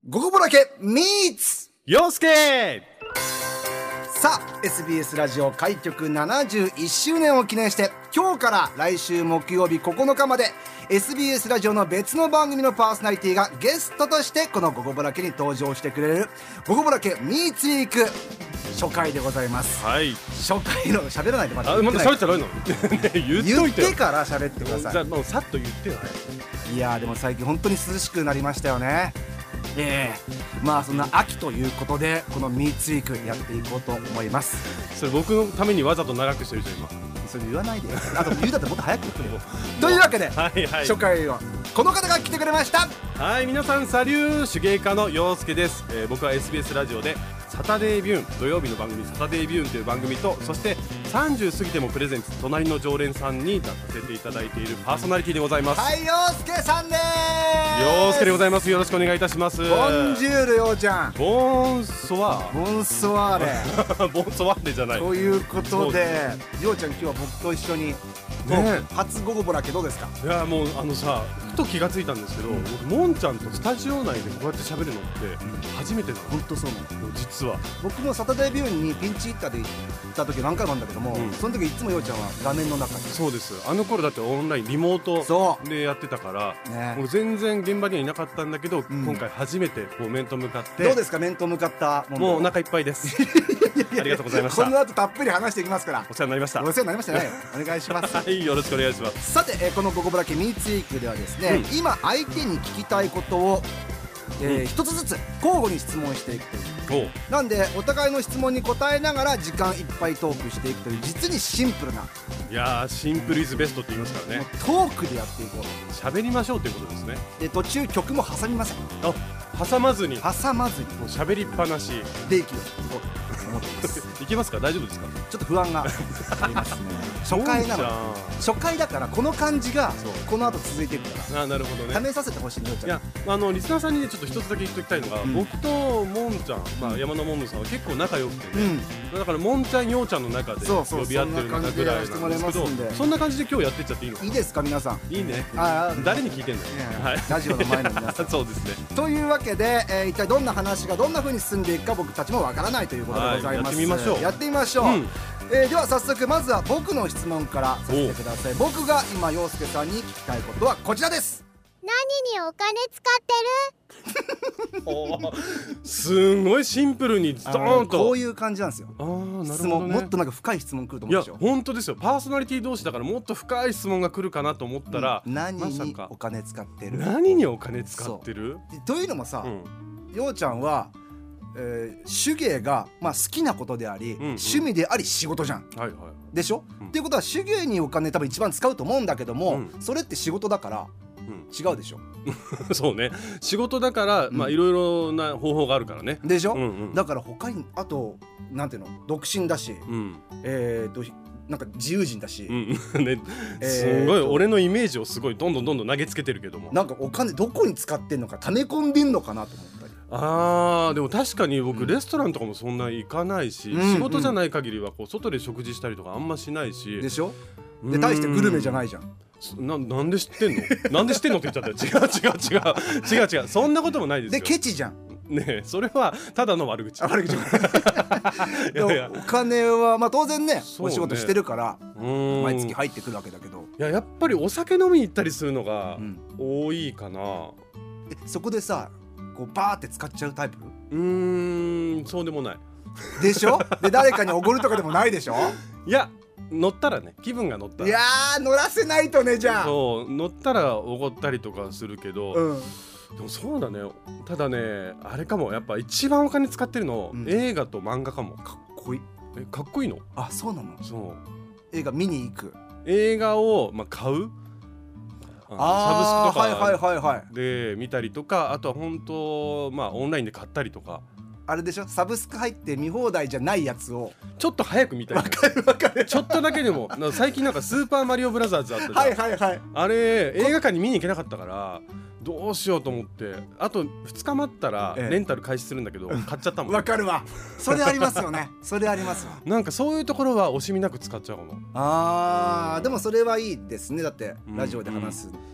ゴゴボラケミーツ陽介。 さあ SBS ラジオ開局71周年を記念して、今日から来週木曜日9日まで SBS ラジオの別の番組のパーソナリティがゲストとしてこのゴゴボラケに登場してくれるゴゴボラケミーツウィーク初回でございます。 はい。 初回の喋らないでまだまだ喋ってないの？ね、 言ってから喋ってください。 じゃあもうさっと言ってよ。 いやーでも最近本当に涼しくなりましたよね。まあそんな秋ということでこのミーツウィークやっていこうと思います。 それ僕のためにわざと長くしてるじゃん今。 それ言わないでよ。あと言うだってもっと早く言ってよというわけで、 はいはい、 初回はこの方が来てくれました。 はい、皆さんサリュー、手芸家の陽介です。僕は SBS ラジオでサタデービューン、土曜日の番組サタデービューンという番組と、そして30過ぎてもプレゼンツ隣の常連さんに出させていただいているパーソナリティでございます。 はい、陽介さんでーす。 陽介でございます。よろしくお願いいたします。 ボンジュールようちゃん。 ボンソワー。 ボンソワーレボンソワーレじゃないということで、ようちゃん今日は僕と一緒にね、 初ゴゴボラケどうですか？ いやもうさ、ふと気がついたんですけど、僕モンちゃんとスタジオ内でこうやって喋るのって初めてなの。 本当そうなの。 実は僕もサタデービューにピンチヒッターで行った時何回もあるんだけども、その時いつもようちゃんは画面の中に。 そうです。あの頃だってオンラインリモートでやってたから、 ね、 もう全然現場にはいなかったんだけど、今回初めてこう面と向かって。 どうですか面と向かったもうお腹いっぱいですありがとうございました。 この後たっぷり話していきますから。 お世話になりました。 お世話になりましたねお願いしますはい、よろしくお願いします。 さて、このゴゴブラケミーツウィークではですね、今相手に聞きたいことを、一つずつ交互に質問していくという。なんでお互いの質問に答えながら時間いっぱいトークしていくという実にシンプルな。 いやー、シンプルイズベストって言いますからね。 トークでやっていこう。 喋りましょうということですね。 で途中曲も挟みません。 挟まずに。 もう喋りっぱなしでいきようと思ってますいけますか？大丈夫ですか？ ちょっと不安がありますね初回なの。初回だからこの感じがこの後続いていくから。 なるほどね。 試させてほしいのよ。 いや、リスナーさんにねちょっと一つだけ言っておきたいのが、僕とモンちゃん、山野モンさんは結構仲良くてね、だからモンちゃん、ヨウちゃんの中で呼び合ってる中ぐらいなんですけど、そんな感じで今日やってっちゃっていいの？いいですか皆さん？いいね。誰に聞いてんのよ。 ラジオの前の皆さんそうですね。 というわけで、一体どんな話がどんな風に進んでいくか僕たちもわからないということでございます。やってみましょう。では早速まずは僕の質問からさせてください。僕が今陽介さんに聞きたいことはこちらです。 何にお金使ってるすごいシンプルにドーンとこういう感じなんですよ。質問もっとなんか深い質問来ると思うんですよ。 いや本当ですよ。パーソナリティ同士だからもっと深い質問が来るかなと思ったら、 何にお金使ってる？ 何にお金使ってる？ というのもさ、ようちゃんは手芸が好きなことであり、趣味であり仕事じゃん。でしょ？っていうことは手芸にお金多分一番使うと思うんだけども、それって仕事だから違うでしょそうね、仕事だからいろいろな方法があるからね。 でしょ？だから他にあとなんていうの、独身だし、なんか自由人だし、 すごい俺のイメージをすごいどんどん投げつけてるけども、 なんかお金どこに使ってんのか、溜め込んでんのかなと思ったり。 でも確かに僕レストランとかもそんな行かないし、仕事じゃない限りはこう外で食事したりとかあんましないし。 でしょ？で大してグルメじゃないじゃん。 なんで知ってんの？なんで知ってんのって言っちゃったよ。違うそんなこともないですよ。 でケチじゃんねえ、それはただの悪口。 悪口お金は当然ねお仕事してるから毎月入ってくるわけだけど、 やっぱりお酒飲みに行ったりするのが多いかな。 そこでさこうバーって使っちゃうタイプ？ そうでもないでしょ？で誰かにおごるとかでもないでしょ？ いや乗ったらね、気分が乗ったら。 いやー乗らせないとね。じゃあそう乗ったらおごったりとかするけど、でもそうだね。ただね、あれかも、やっぱ一番お金使ってるの、映画と漫画かも。 かっこいい。 かっこいいの？ あ、そうなの？ そう映画見に行く。 映画を買う、サブスクとかで見たりとか、あとは本当オンラインで買ったりとか。 あれでしょ、サブスク入って見放題じゃないやつをちょっと早く見たい。わかるちょっとだけでも最近なんかスーパーマリオブラザーズあったじゃん。あれ映画館に見に行けなかったからどうしようと思って、あと2日待ったらレンタル開始するんだけど、買っちゃったもん。 わかるわ、それありますよねそれありますわ。 なんかそういうところは惜しみなく使っちゃうの。 でもそれはいいですね。だってラジオで話す。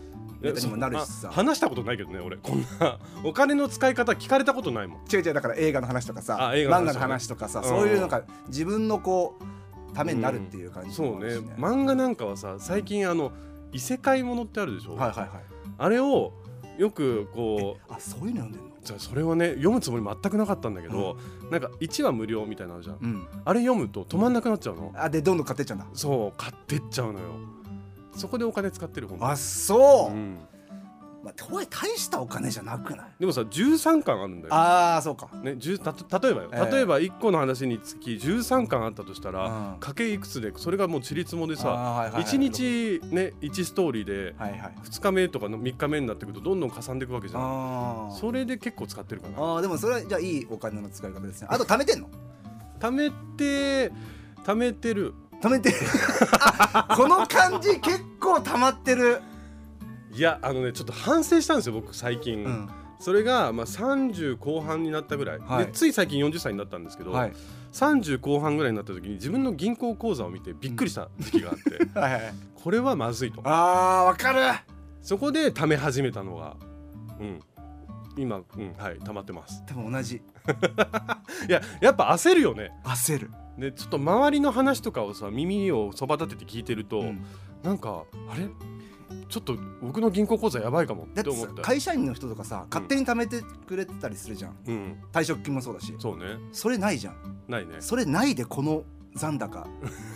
ネタにもなるしさ。 話したことないけどね俺、こんなお金の使い方聞かれたことないもん。 違うだから映画の話とかさ、 映画の話漫画の話とかさ、そういうのが自分のこうためになるっていう感じ、 そうね。漫画なんかはさ、最近異世界ものってあるでしょ。 はいはいはい。 あれをよくこう、 そういうの読んでんの。 じゃあそれはね読むつもり全くなかったんだけど、なんか1話無料みたいなのあるじゃん、あれ読むと止まんなくなっちゃうの。 でどんどん買ってっちゃうんだ。 そう買ってっちゃうのよ。そこでお金使ってる本。 そう、とはいえ大したお金じゃなくない？ でもさ13巻あるんだよ。そうかね。例えばよ、例えば1個の話につき13巻あったとしたら、かけいくつでそれがもうちりつもでさ、1日ね1ストーリーで2日目とかの3日目になってくるとどんどんかさんでいくわけじゃん。それで結構使ってるかな。 でもそれはじゃあいいお金の使い方ですね。あと貯めてんの？ 貯めてるこの感じ結構溜まってる。 いやちょっと反省したんですよ僕最近、それが30後半になったぐらい、でつい最近40歳になったんですけど、30後半ぐらいになった時に自分の銀行口座を見てびっくりした時期があってこれはまずいと。 わかる。 そこで貯め始めたのが今溜まってます。 多分同じいやっぱ焦るよね。 焦る。 でちょっと周りの話とかをさ耳をそば立てて聞いてると、なんかあれちょっと僕の銀行口座やばいかもって思った。 会社員の人とかさ勝手に貯めてくれてたりするじゃん、退職金もそうだし。 そうね。 それないじゃん。 ないね。 それないでこの残高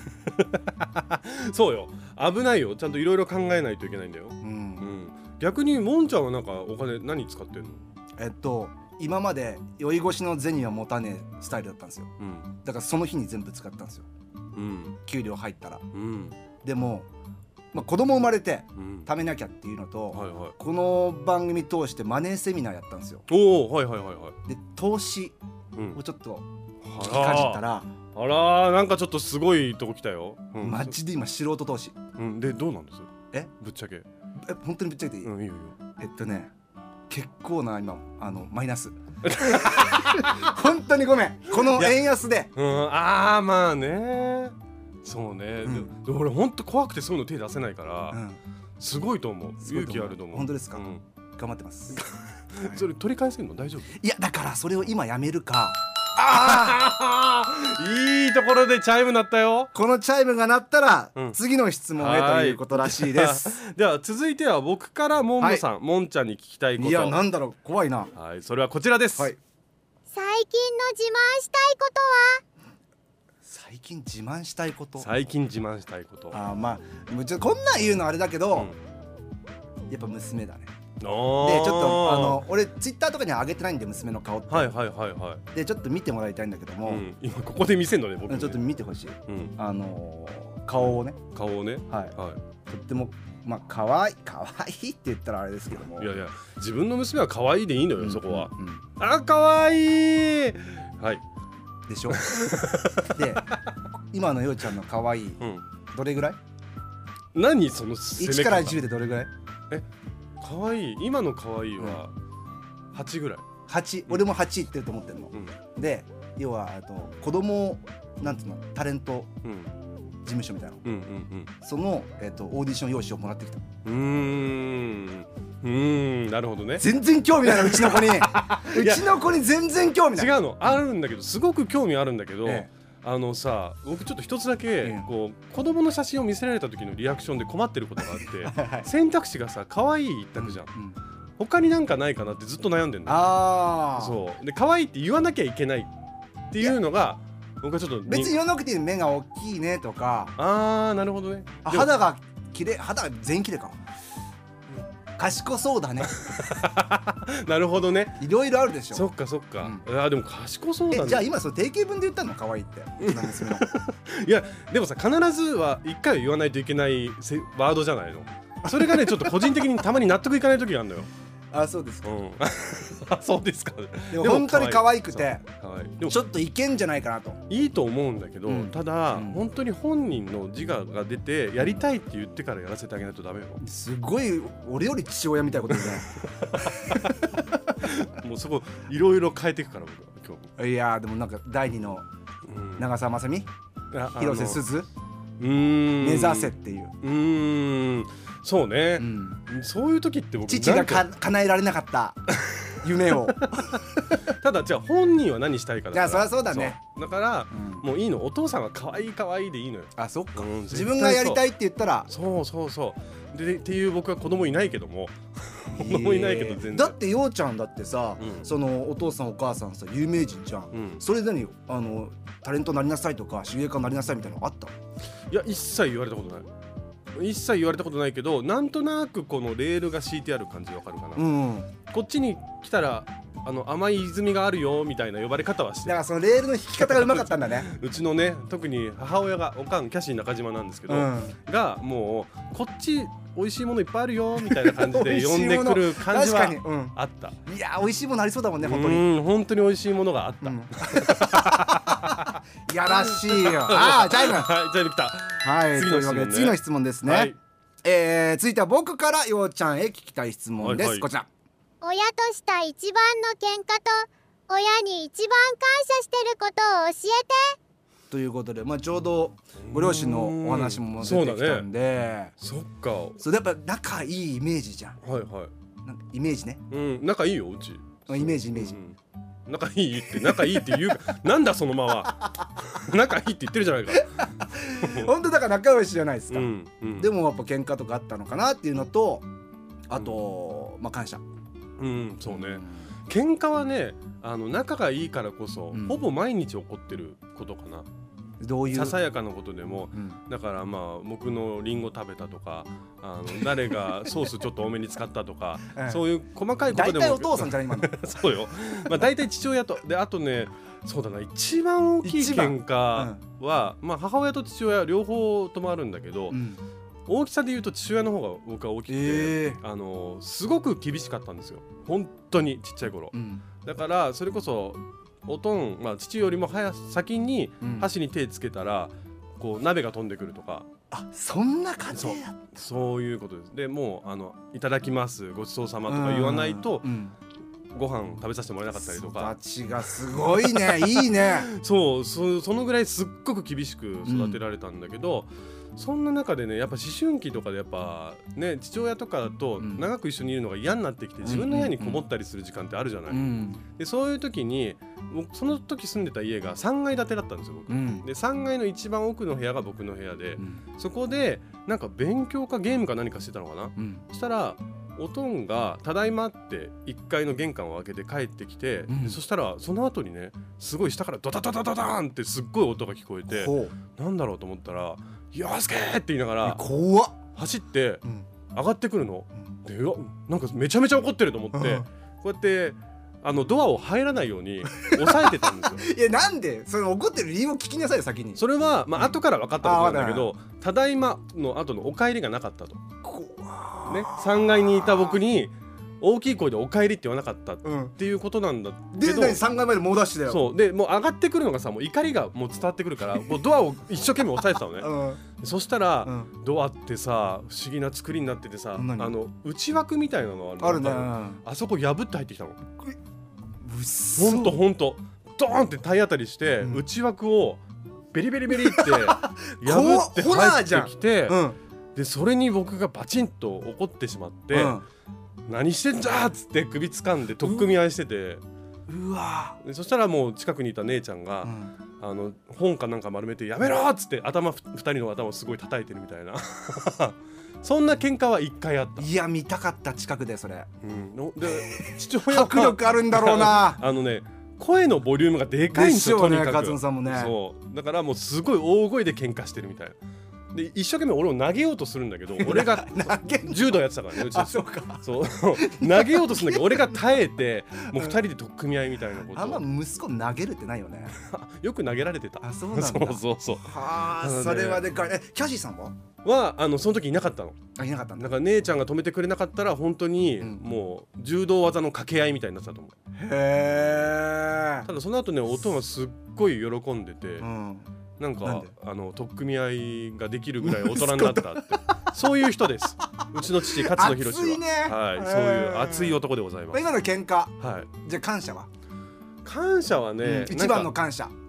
そうよ、危ないよ。ちゃんといろいろ考えないといけないんだよ。逆にもんちゃんはなんかお金何使ってんの？ 今まで酔い越しの銭は持たねえスタイルだったんですよ、だからその日に全部使ったんですよ、給料入ったら、でも子供生まれて貯めなきゃっていうのと、この番組通してマネーセミナーやったんですよ。で投資をちょっと聞きかじったら、 なんかちょっとすごいとこ来たよ、 マジで今素人投資、 でどうなんです？ぶっちゃけ本当にぶっちゃけていい？いいよいいよ。結構な今マイナス本当にごめん、この円安で。 まあね、そうね、で俺ほんと怖くてそういうの手出せないから、すごいと思う。勇気あると思う。 本当ですか？頑張ってますそれ取り返せるの？大丈夫？ いやだからそれを今やめるか。 いいところでチャイム鳴ったよ。 このチャイムが鳴ったら、次の質問へということらしいです。 では続いては僕からもんさん、もんちゃんに聞きたいこと。 いやなんだろう、怖いな。 それはこちらです。 最近の自慢したいことは？ 最近自慢したいこと。 最近自慢したいこと。 こんなん言うのあれだけど、やっぱ娘だね。でちょっと俺ツイッターとかには上げてないんで、娘の顔って。でちょっと見てもらいたいんだけども、 今ここで見せんのね僕ね。 ちょっと見てほしい、顔をね。 とっても可愛いって言ったらあれですけども、 いや自分の娘は可愛いでいいのよ、そこは。可愛いでしょで今のようちゃんの可愛い、どれぐらい？ 何その攻め方？ 1から10でどれぐらい？ 可愛い、今の可愛いは8ぐらい。 8、俺も8いってると思ってるの、で要は子供なんていうの、タレント事務所みたいな、その、オーディション用紙をもらってきた。 なるほどね。 全然興味ないのうちの子にうちの子に全然興味ない。 違うの、あるんだけど、すごく興味あるんだけど、さ、僕ちょっと一つだけこう子供の写真を見せられた時のリアクションで困ってることがあって選択肢がさ、可愛い一択じゃん、他になんかないかなってずっと悩んでんの。そうで、可愛いって言わなきゃいけないっていうのが僕はちょっと別に言わなくて目が大きいねとか。 なるほどね。 肌が綺麗、肌が全員綺麗か、賢そうだねなるほどね。 いろいろあるでしょ。 そっかそっか、でも賢そうだね。 じゃあ今その定型文で言ったの可愛いっていやでもさ、必ずは1回は言わないといけないワードじゃないの。それがねちょっと個人的にたまに納得いかない時があるのよ。 そうですか。 そうですか。 でも本当に可愛くてちょっといけんじゃないかなと。 いいと思うんだけど、ただ本当に本人の自我が出てやりたいって言ってからやらせてあげないとダメよ。 すごい俺より父親みたいなこと言うねもうそこいろいろ変えていくから僕は今日。いやでもなんか第2の長澤まさみ、広瀬すず目指せっていう。 そうね、そういう時って僕父が叶えられなかった夢をただじゃあ本人は何したいかだから。 いやそりゃそうだね。 だから、もういいの、お父さんは可愛い可愛いでいいのよ。 あ、そっか、 自自分がやりたいって言ったらそうでっていう僕は子供いないけども子供いないけど全然だってようちゃんだってさ、そのお父さんお母さんさ有名人じゃん、それ何タレントなりなさいとか手芸家なりなさいみたいなのあった？ いや一切言われたことない。一切言われたことないけど、なんとなくこのレールが敷いてある感じわかるかな、こっちに来たら甘い泉があるよみたいな呼ばれ方はして、 だからそのレールの引き方がうまかったんだねうちのね、特に母親がおかんキャシー中島なんですけど、がもうこっち美味しいものいっぱいあるよみたいな感じで呼んでくる感じはあった。 いや美味しいものありそうだもんね、本当に。 本当に美味しいものがあった、 やらしいよ。ああ、チャイム。 はい、チャイム来た。 はい、というわけで次の質問ですね。続いては僕からようちゃんへ聞きたい質問です。こちら。 親とした一番の喧嘩と親に一番感謝してることを教えて。 ということで、ちょうどご両親のお話も出てきたんで、 そっか。 そうやっぱ仲いいイメージじゃん。 はいはい。 なんかイメージね。 仲いいようち。 イメージ。 仲いいって仲いいって言うかなんだその間は仲いいって言ってるじゃないか本当だから仲良しじゃないですか、でもやっぱ喧嘩とかあったのかなっていうのと、あと、感謝。 そうね、喧嘩はね、仲がいいからこそ、ほぼ毎日起こってることかな。 どういうささやかなことでも、だから僕のリンゴ食べたとか、誰がソースちょっと多めに使ったとか、そういう細かいことでも。 大体お父さんじゃない今のそうよ、大体父親とで、あとね、そうだな、一番大きい喧嘩は、母親と父親両方ともあるんだけど、大きさで言うと父親の方が僕は大きくて、すごく厳しかったんですよ、本当にちっちゃい頃、だからそれこそおとん、父よりも先に箸に手つけたらこう鍋が飛んでくるとか。 あ、そんな感じだった。 そういうことです。でもういただきますごちそうさまとか言わないと、ご飯食べさせてもらえなかったりとか。 育ちがすごいねいいねそのぐらいすっごく厳しく育てられたんだけど、そんな中でね、やっぱ思春期とかでやっぱね、父親とかだと長く一緒にいるのが嫌になってきて、自分の部屋にこもったりする時間ってあるじゃない、でそういう時にその時住んでた家が3階建てだったんですよ僕、で3階の一番奥の部屋が僕の部屋で、そこでなんか勉強かゲームか何かしてたのかな、そしたらおとんがただいまって1階の玄関を開けて帰ってきて、そしたらその後にね、すごい下からドタドタドターンってすっごい音が聞こえて、なんだろうと思ったらよすけーって言いながら走って上がってくるの、でなんかめちゃめちゃ怒ってると思って、こうやってドアを入らないように押さえてたんですよいや、なんでその怒ってる理由を聞きなさいよ先に。 それは後から分かったことなんだけど、ただいまの後のお帰りがなかったと、ね、3階にいた僕に大きい声でお帰りって言わなかったっていうことなんだけど、 で3階まで猛ダッシュだよ。 そうでもう上がってくるのがさ、もう怒りがもう伝わってくるからもうドアを一生懸命押さえてたのね、そしたら、ドアってさ不思議な作りになっててさ、内枠みたいなのあるね、 あそこ破って入ってきたの。 ほんとドーンって体当たりして、内枠をベリベリベリって破って入ってきて、でそれに僕がバチンと怒ってしまって、何してんじゃーっつって首掴んで取っ組み合いしてて、でそしたらもう近くにいた姉ちゃんが、本かなんか丸めてやめろっつって2人の頭をすごい叩いてるみたいなそんな喧嘩は1回あった。 いや見たかった、近くでそれ、 で父親は迫力あるんだろうな声のボリュームがでかいんですよ、とにかく。 カツンさんもね、 そうだからもうすごい大声で喧嘩してるみたいな。で一生懸命俺を投げようとするんだけど、俺が柔道やってたからね、うちそう投げようとするんだけど俺が耐えて、もう2人で取っ組み合いみたいなこと。 あんま息子投げるってないよねよく投げられてた。 あ、そうなんだ。 そうはあ、それはでかい。キャシーさんはその時いなかったの。 いなかったんだ。 だから姉ちゃんが止めてくれなかったら本当にもう柔道技の掛け合いみたいになってたと思う。 へえ。 ただその後ね、おとんはすっごい喜んでて、なんか取っ組み合いができるぐらい大人になったってそういう人です。うちの父勝野博は、 熱いね、 はい、そういう熱い男でございます。 今の喧嘩、 はい、 じゃあ感謝はね、 一番の感謝。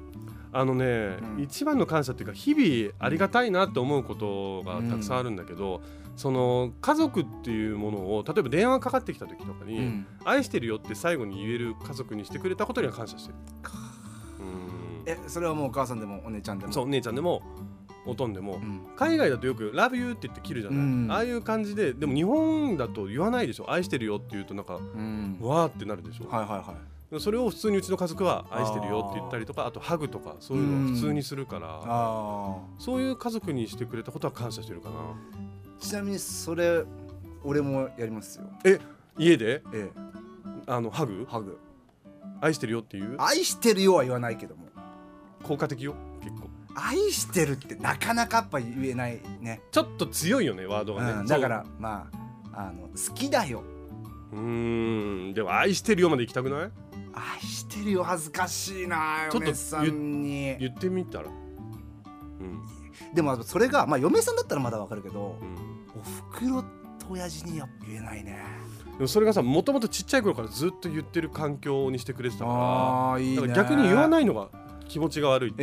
一番の感謝っていうか日々ありがたいなって思うことがたくさんあるんだけど、その家族っていうものを例えば電話かかってきた時とかに、愛してるよって最後に言える家族にしてくれたことには感謝してる。 それはもうお母さんでもお姉ちゃんでも。 そう、お姉ちゃんでもおとんでも、海外だとよく Love you って言って切るじゃない、ああいう感じで。でも日本だと言わないでしょ。愛してるよって言うとなんか、わーってなるでしょ。それを普通にうちの家族は愛してるよって言ったりとか、あとハグとかそういうのを普通にするから、そういう家族にしてくれたことは感謝してるかな。 ちなみにそれ俺もやりますよ。 家で、ハグ愛してるよっていう。 愛してるよは言わないけども効果的よ。結構愛してるってなかなかやっぱ言えないね。 ちょっと強いよねワードがね、 だからまあ好きだよ。 でも愛してるよまで行きたくない？ 愛してるよ恥ずかしいな。嫁さんに言ってみたら。 でもそれが嫁さんだったらまだわかるけど、おふくろと親父には言えないね。 でもそれがさ、もともとちっちゃい頃からずっと言ってる環境にしてくれてたから、だから逆に言わないのが気持ちが悪いって。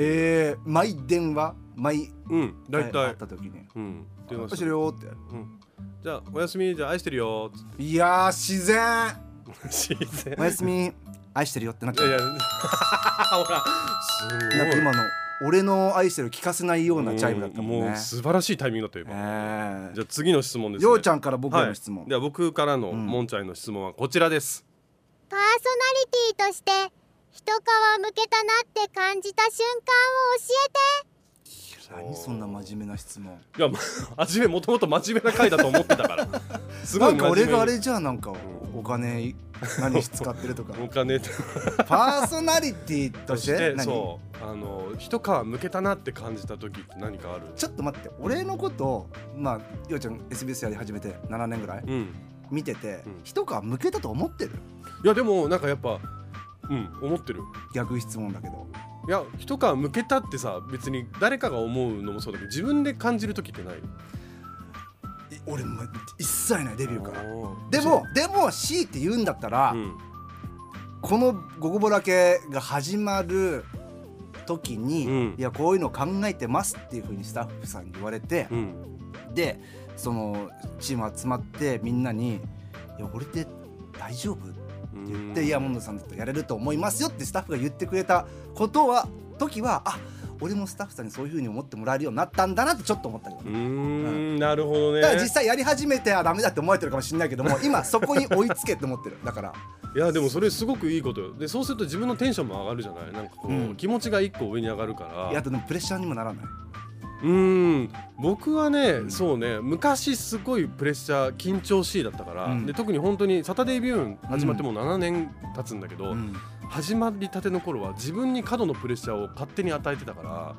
毎電話大体会った時に愛してるよって、 じゃあおやすみ、じゃあ愛してるよって。 いや自然おやすみ愛してるよってなっちゃう。 ほらすごい。 なんか今の俺の愛してる聞かせないようなチャイムだったもんね。 もう素晴らしいタイミングだったよ今。じゃあ次の質問ですね。 ようちゃんから僕への質問。 では僕からのもんちゃんへの質問はこちらです。 パーソナリティとして一皮むけたなって感じた瞬間を教えて。 何そんな真面目な質問。 いやもともと真面目な回だと思ってたからすごい真面目。なんか俺があれじゃあなんかお金何使ってるとかお金パーソナリティとしてそう一皮むけたなって感じた時って何かある？ ちょっと待って、俺のことようちゃん SBS やり始めて7年ぐらい、見てて、一皮むけたと思ってる？ いやでもなんかやっぱ思ってる。 逆質問だけど、 いや一皮むけたってさ、別に誰かが思うのもそうだけど自分で感じる時ってない？ 俺も一切ない、デビューから。でも強いて言うんだったら、この「ゴゴボラ系」が始まる時に、いやこういうの考えてますっていう風にスタッフさんに言われて、でそのチーム集まってみんなに「いや俺って大丈夫？」って言って「いやモンドさんだとやれると思いますよ」ってスタッフが言ってくれた時は俺もスタッフさんにそういう風に思ってもらえるようになったんだなってちょっと思ったけどね。 なるほどね。 だから実際やり始めてはダメだって思われてるかもしれないけども、今そこに追いつけって思ってる。だからいやでもそれすごくいいことよ。でそうすると自分のテンションも上がるじゃない。なんかこう、気持ちが一個上に上がるから。 いやでもプレッシャーにもならない？ 僕はね、そうね、昔すごいプレッシャー緊張しいだったから、で特に本当にサタデービューン始まってもう7年経つんだけど、始まりたての頃は自分に過度のプレッシャーを勝手に与えてたから、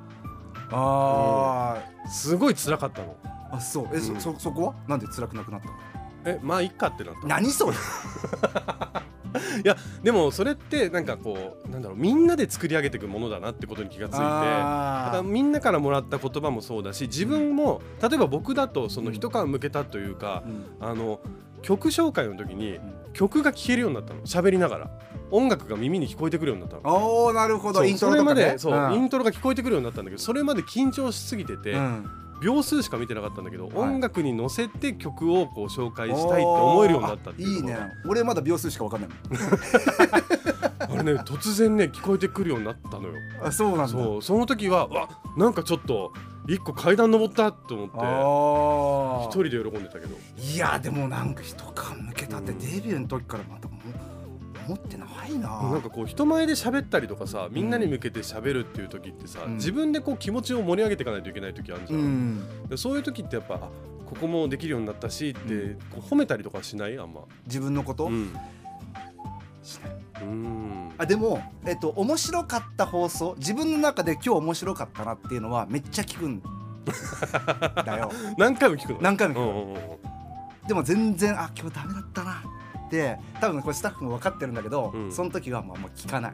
すごい辛かったの。 そう。そこはなんで辛くなくなったの？ まあいっかってなった。 何それいやでもそれってなんかこうなんだろう、みんなで作り上げていくものだなってことに気がついて、だからみんなからもらった言葉もそうだし、自分も例えば僕だとその一皮むけたというか、曲紹介の時に曲が聴けるようになったの。喋りながら音楽が耳に聞こえてくるようになったの。なるほど。イントロとかね。イントロが聞こえてくるようになったんだけど、それまで緊張しすぎてて、秒数しか見てなかったんだけど、音楽に乗せて曲をこう紹介したいって思えるようになったっていう。 いいね。俺まだ秒数しか分かんないあれね、突然ね聞こえてくるようになったのよ。 そうなんだ。 その時はなんかちょっと一個階段登ったと思って一人で喜んでたけど。 いやでもなんか一皮むけたってデビューの時からまた思ってないな。 なんかこう人前で喋ったりとかさ、みんなに向けて喋るっていう時ってさ、自分でこう気持ちを盛り上げていかないといけない時あるじゃん。でそういう時ってやっぱここもできるようになったしってこう褒めたりとかしない？あんま自分のこと、しない。でも面白かった放送、自分の中で今日面白かったなっていうのはめっちゃ聞くんだよ。 何回も聞くの？ 何回も聞く。でも全然今日ダメだったなって多分これスタッフも分かってるんだけど、その時はもう聞かない。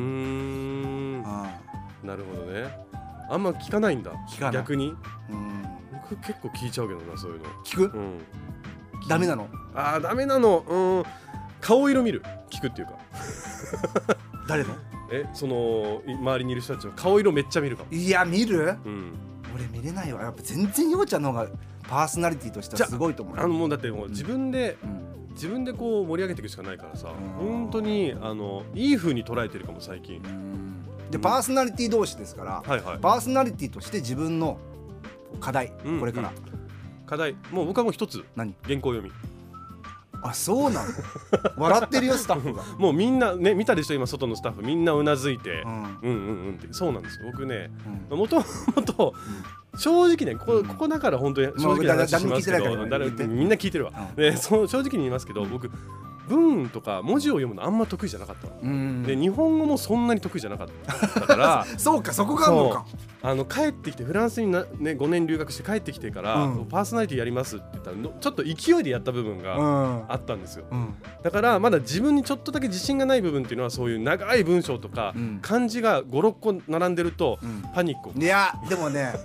なるほどね。あんま聞かないんだ。 聞かない。 逆に僕結構聞いちゃうけどな、そういうの。 聞く？ダメなの？ ダメなの。顔色見る。聞くっていうか誰の？ その周りにいる人たちの顔色めっちゃ見るかも。 いや見る、 うん、 俺見れないわ。やっぱ全然ようちゃんの方がパーソナリティとしてはすごいと思う。 もうだってもう自分でこう盛り上げていくしかないからさ、本当にいい風に捉えてるかも最近。 でパーソナリティ同士ですから、 はいはい、 パーソナリティとして自分の課題、これから、 課題もう僕はもう一つ、 何？ 原稿読み。 あ、そうなの笑ってるよスタッフがもうみんなね、見たでしょ今外のスタッフみんなうなずいて、ってそうなんですよ。僕ね、もともと正直ね、ここだから本当に正直な話しますけど、みんな聞いてるわ。で正直に言いますけど、僕文とか文字を読むのあんま得意じゃなかったの。で日本語もそんなに得意じゃなかったからそうか、そこがあるのか。 帰ってきてフランスに5年留学して帰ってきてから、パーソナリティやりますって言ったらちょっと勢いでやった部分があったんですよ。だからまだ自分にちょっとだけ自信がない部分っていうのは、そういう長い文章とか、漢字が 5,6 個並んでるとパニックを。 いやでもね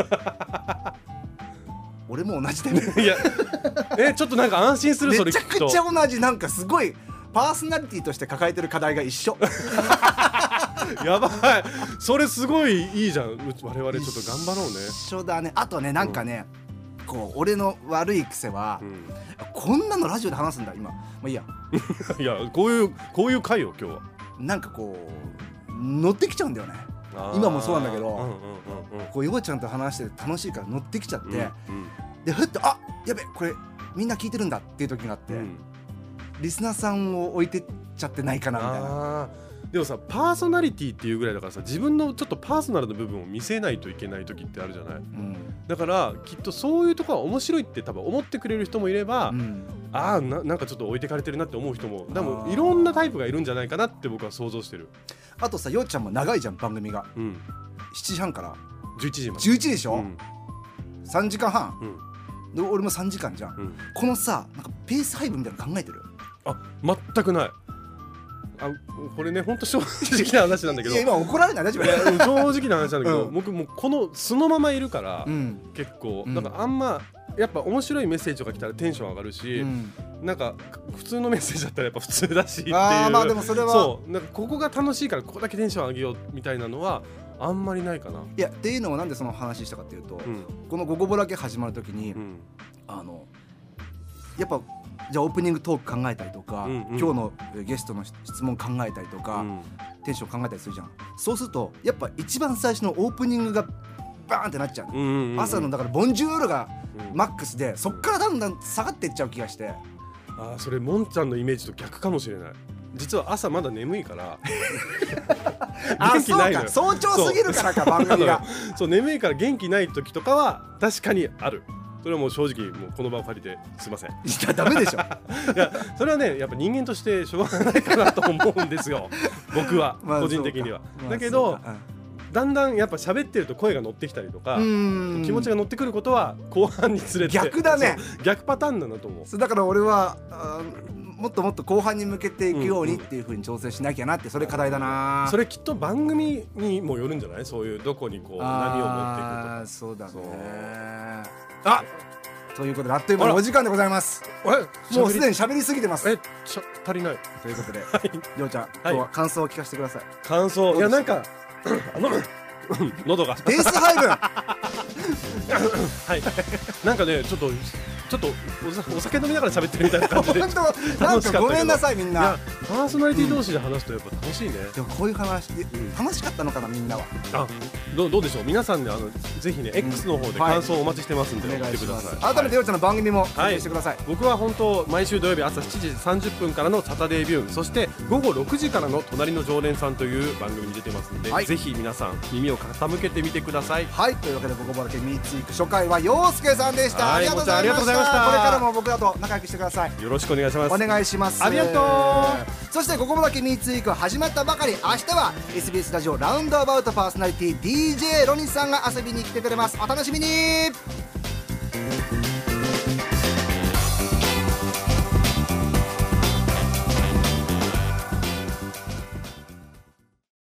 俺も同じだよいやちょっとなんか安心する。それめちゃくちゃ同じ。なんかすごいパーソナリティとして抱えてる課題が一緒やばい、それすごいいいじゃん。我々ちょっと頑張ろうね。 一緒だね。あとね、なんかね、こう俺の悪い癖は、こんなのラジオで話すんだ今。まあいいやいや、こういう回よ今日は。 なんかこう乗ってきちゃうんだよね。今もそうなんだけど、こうようちゃんと話して楽しいから乗ってきちゃって、でふっとやべこれみんな聞いてるんだっていう時があって、リスナーさんを置いてっちゃってないかなみたいな。 でもさ、パーソナリティっていうぐらいだからさ、自分のちょっとパーソナルな部分を見せないといけない時ってあるじゃない、だからきっとそういうところは面白いって多分思ってくれる人もいれば、なんかちょっと置いてかれてるなって思う人も、でもいろんなタイプがいるんじゃないかなって僕は想像してる。 あとさ、ようちゃんも長いじゃん番組が、7時半から 11時まで。 11時でしょ、3時間半、で俺も3時間じゃん、このさ、なんかペース配分みたいなの考えてる？ 全くない。これね、本当正直な話なんだけど。 いや今怒られない？大丈夫？ 正直な話なんだけど、僕もうこの素のままいるから、結構だからあんまやっぱ面白いメッセージとか来たらテンション上がるし、なんか普通のメッセージだったらやっぱ普通だしっていう。 まあでもそれはそうなんかここが楽しいからここだけテンション上げようみたいなのはあんまりないかな。 いやっていうのをなんでその話したかっていうと、この「午後ぼらけ」始まるときに、やっぱじゃあオープニングトーク考えたりとか、今日のゲストの質問考えたりとか、テンション考えたりするじゃん。そうするとやっぱ一番最初のオープニングがバーンってなっちゃう、朝のだからボンジュールがマックスで、そっからだんだん下がっていっちゃう気がして。 それもんちゃんのイメージと逆かもしれない。実は朝まだ眠いから元気ないのよ。 早朝すぎるからか番組がそう眠いから元気ない時とかは確かにある。それはもう正直もうこの場を借りてすいません。いやダメでしょいやそれはねやっぱ人間としてしょうがないかなと思うんですよ僕は個人的には。だけどだんだんやっぱ喋ってると声が乗ってきたりとか気持ちが乗ってくることは後半につれて逆だね。 逆パターンなんだと思う。 だから俺はもっともっと後半に向けていくようにっていう風に調整しなきゃなって、それ課題だな。 それきっと番組にもよるんじゃない？そういうどこにこう波を持っていくとか。 そうだね。ということであっという間のお時間でございます。もうすでに喋りすぎてます。 足りないということでりょうちゃん今日は感想を聞かせてください。 感想、いやなんか喉がペース配分はいなんかねちょっとお酒飲みながら喋ってるみたいな感じでなんかごめんなさいみんな。 パーソナリティ同士で話すとやっぱ楽しいね。 でもこういう話で楽しかったのかなみんなは。 どうでしょう皆さんでぜひね X の方で感想をお待ちしてますんで送ってください。 改めてようちゃんの番組も紹介してください。 僕は本当毎週土曜日朝7時30分からのサタデービューン、そして午後6時からの隣の常連さんという番組に出てますので、ぜひ皆さん耳を傾けてみてください。 はい、というわけで午後ぼらけミーツウィーク初回は陽介さんでした。ありがとうございました。これからも僕らと仲良くしてください。 よろしくお願いします。 お願いします。 ありがとう。そして午後ぼらけミーツウィーク始まったばかり。明日は SBS ラジオラウンドアバウトパーソナリティ DJ ロニスさんが遊びに来てくれます。お楽しみに。